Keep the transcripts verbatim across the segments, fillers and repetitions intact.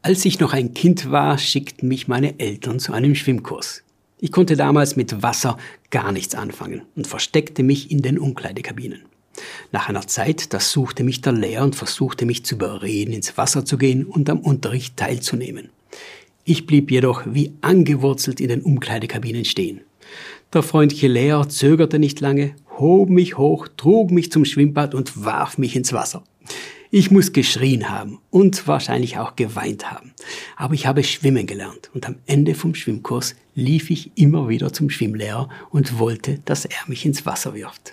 Als ich noch ein Kind war, schickten mich meine Eltern zu einem Schwimmkurs. Ich konnte damals mit Wasser gar nichts anfangen und versteckte mich in den Umkleidekabinen. Nach einer Zeit, da suchte mich der Lehrer und versuchte mich zu überreden, ins Wasser zu gehen und am Unterricht teilzunehmen. Ich blieb jedoch wie angewurzelt in den Umkleidekabinen stehen. Der freundliche Lehrer zögerte nicht lange, hob mich hoch, trug mich zum Schwimmbad und warf mich ins Wasser. Ich muss geschrien haben und wahrscheinlich auch geweint haben. Aber ich habe schwimmen gelernt und am Ende vom Schwimmkurs lief ich immer wieder zum Schwimmlehrer und wollte, dass er mich ins Wasser wirft.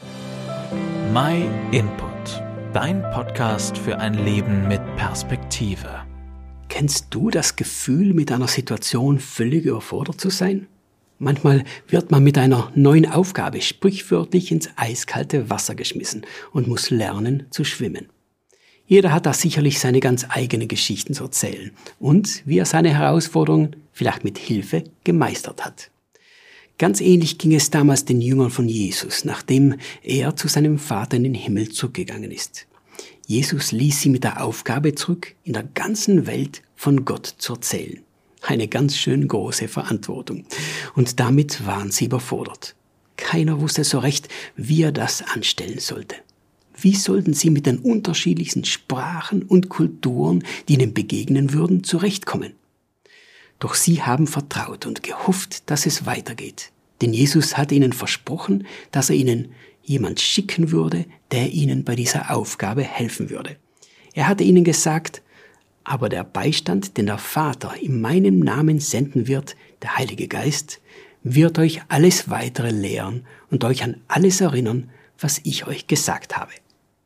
My Input, dein Podcast für ein Leben mit Perspektive. Kennst du das Gefühl, mit einer Situation völlig überfordert zu sein? Manchmal wird man mit einer neuen Aufgabe sprichwörtlich ins eiskalte Wasser geschmissen und muss lernen zu schwimmen. Jeder hat da sicherlich seine ganz eigenen Geschichten zu erzählen und wie er seine Herausforderungen vielleicht mit Hilfe gemeistert hat. Ganz ähnlich ging es damals den Jüngern von Jesus, nachdem er zu seinem Vater in den Himmel zurückgegangen ist. Jesus ließ sie mit der Aufgabe zurück, in der ganzen Welt von Gott zu erzählen. Eine ganz schön große Verantwortung. Und damit waren sie überfordert. Keiner wusste so recht, wie er das anstellen sollte. Wie sollten sie mit den unterschiedlichsten Sprachen und Kulturen, die ihnen begegnen würden, zurechtkommen? Doch sie haben vertraut und gehofft, dass es weitergeht. Denn Jesus hatte ihnen versprochen, dass er ihnen jemand schicken würde, der ihnen bei dieser Aufgabe helfen würde. Er hatte ihnen gesagt, aber der Beistand, den der Vater in meinem Namen senden wird, der Heilige Geist, wird euch alles weitere lehren und euch an alles erinnern, was ich euch gesagt habe.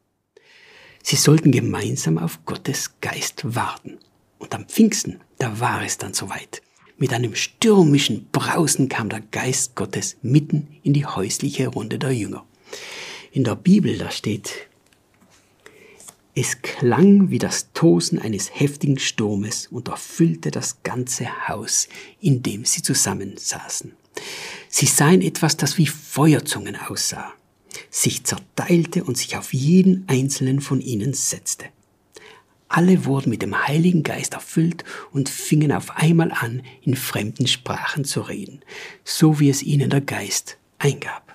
Sie sollten gemeinsam auf Gottes Geist warten. Und am Pfingsten, da war es dann soweit. Mit einem stürmischen Brausen kam der Geist Gottes mitten in die häusliche Runde der Jünger. In der Bibel, da steht, es klang wie das Tosen eines heftigen Sturmes und erfüllte das ganze Haus, in dem sie zusammensaßen. Sie sahen etwas, das wie Feuerzungen aussah, sich zerteilte und sich auf jeden einzelnen von ihnen setzte. Alle wurden mit dem Heiligen Geist erfüllt und fingen auf einmal an, in fremden Sprachen zu reden, so wie es ihnen der Geist eingab.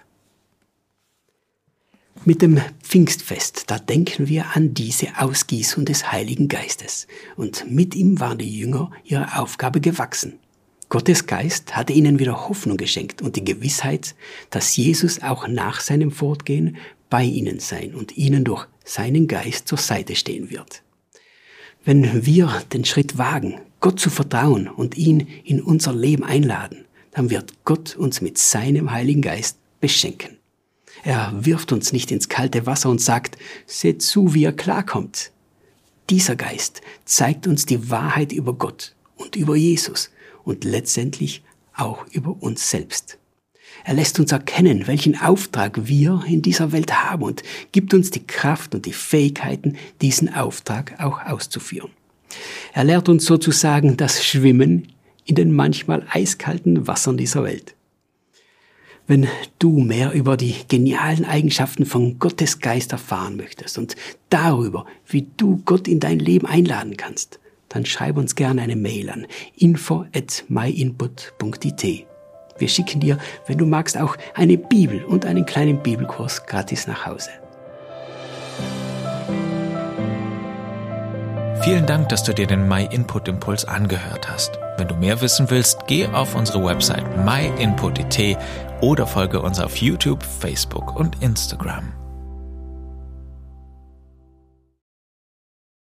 Mit dem Pfingstfest, da denken wir an diese Ausgießung des Heiligen Geistes. Und mit ihm waren die Jünger ihrer Aufgabe gewachsen. Gottes Geist hatte ihnen wieder Hoffnung geschenkt und die Gewissheit, dass Jesus auch nach seinem Fortgehen bei ihnen sein und ihnen durch seinen Geist zur Seite stehen wird. Wenn wir den Schritt wagen, Gott zu vertrauen und ihn in unser Leben einladen, dann wird Gott uns mit seinem Heiligen Geist beschenken. Er wirft uns nicht ins kalte Wasser und sagt, seht zu, wie ihr klarkommt. Dieser Geist zeigt uns die Wahrheit über Gott und über Jesus und letztendlich auch über uns selbst. Er lässt uns erkennen, welchen Auftrag wir in dieser Welt haben und gibt uns die Kraft und die Fähigkeiten, diesen Auftrag auch auszuführen. Er lehrt uns sozusagen das Schwimmen in den manchmal eiskalten Wassern dieser Welt. Wenn du mehr über die genialen Eigenschaften von Gottes Geist erfahren möchtest und darüber, wie du Gott in dein Leben einladen kannst, dann schreib uns gerne eine Mail an info at myinput punkt it. Wir schicken dir, wenn du magst, auch eine Bibel und einen kleinen Bibelkurs gratis nach Hause. Vielen Dank, dass du dir den My Input Impuls angehört hast. Wenn du mehr wissen willst, geh auf unsere Website my input punkt it oder folge uns auf YouTube, Facebook und Instagram.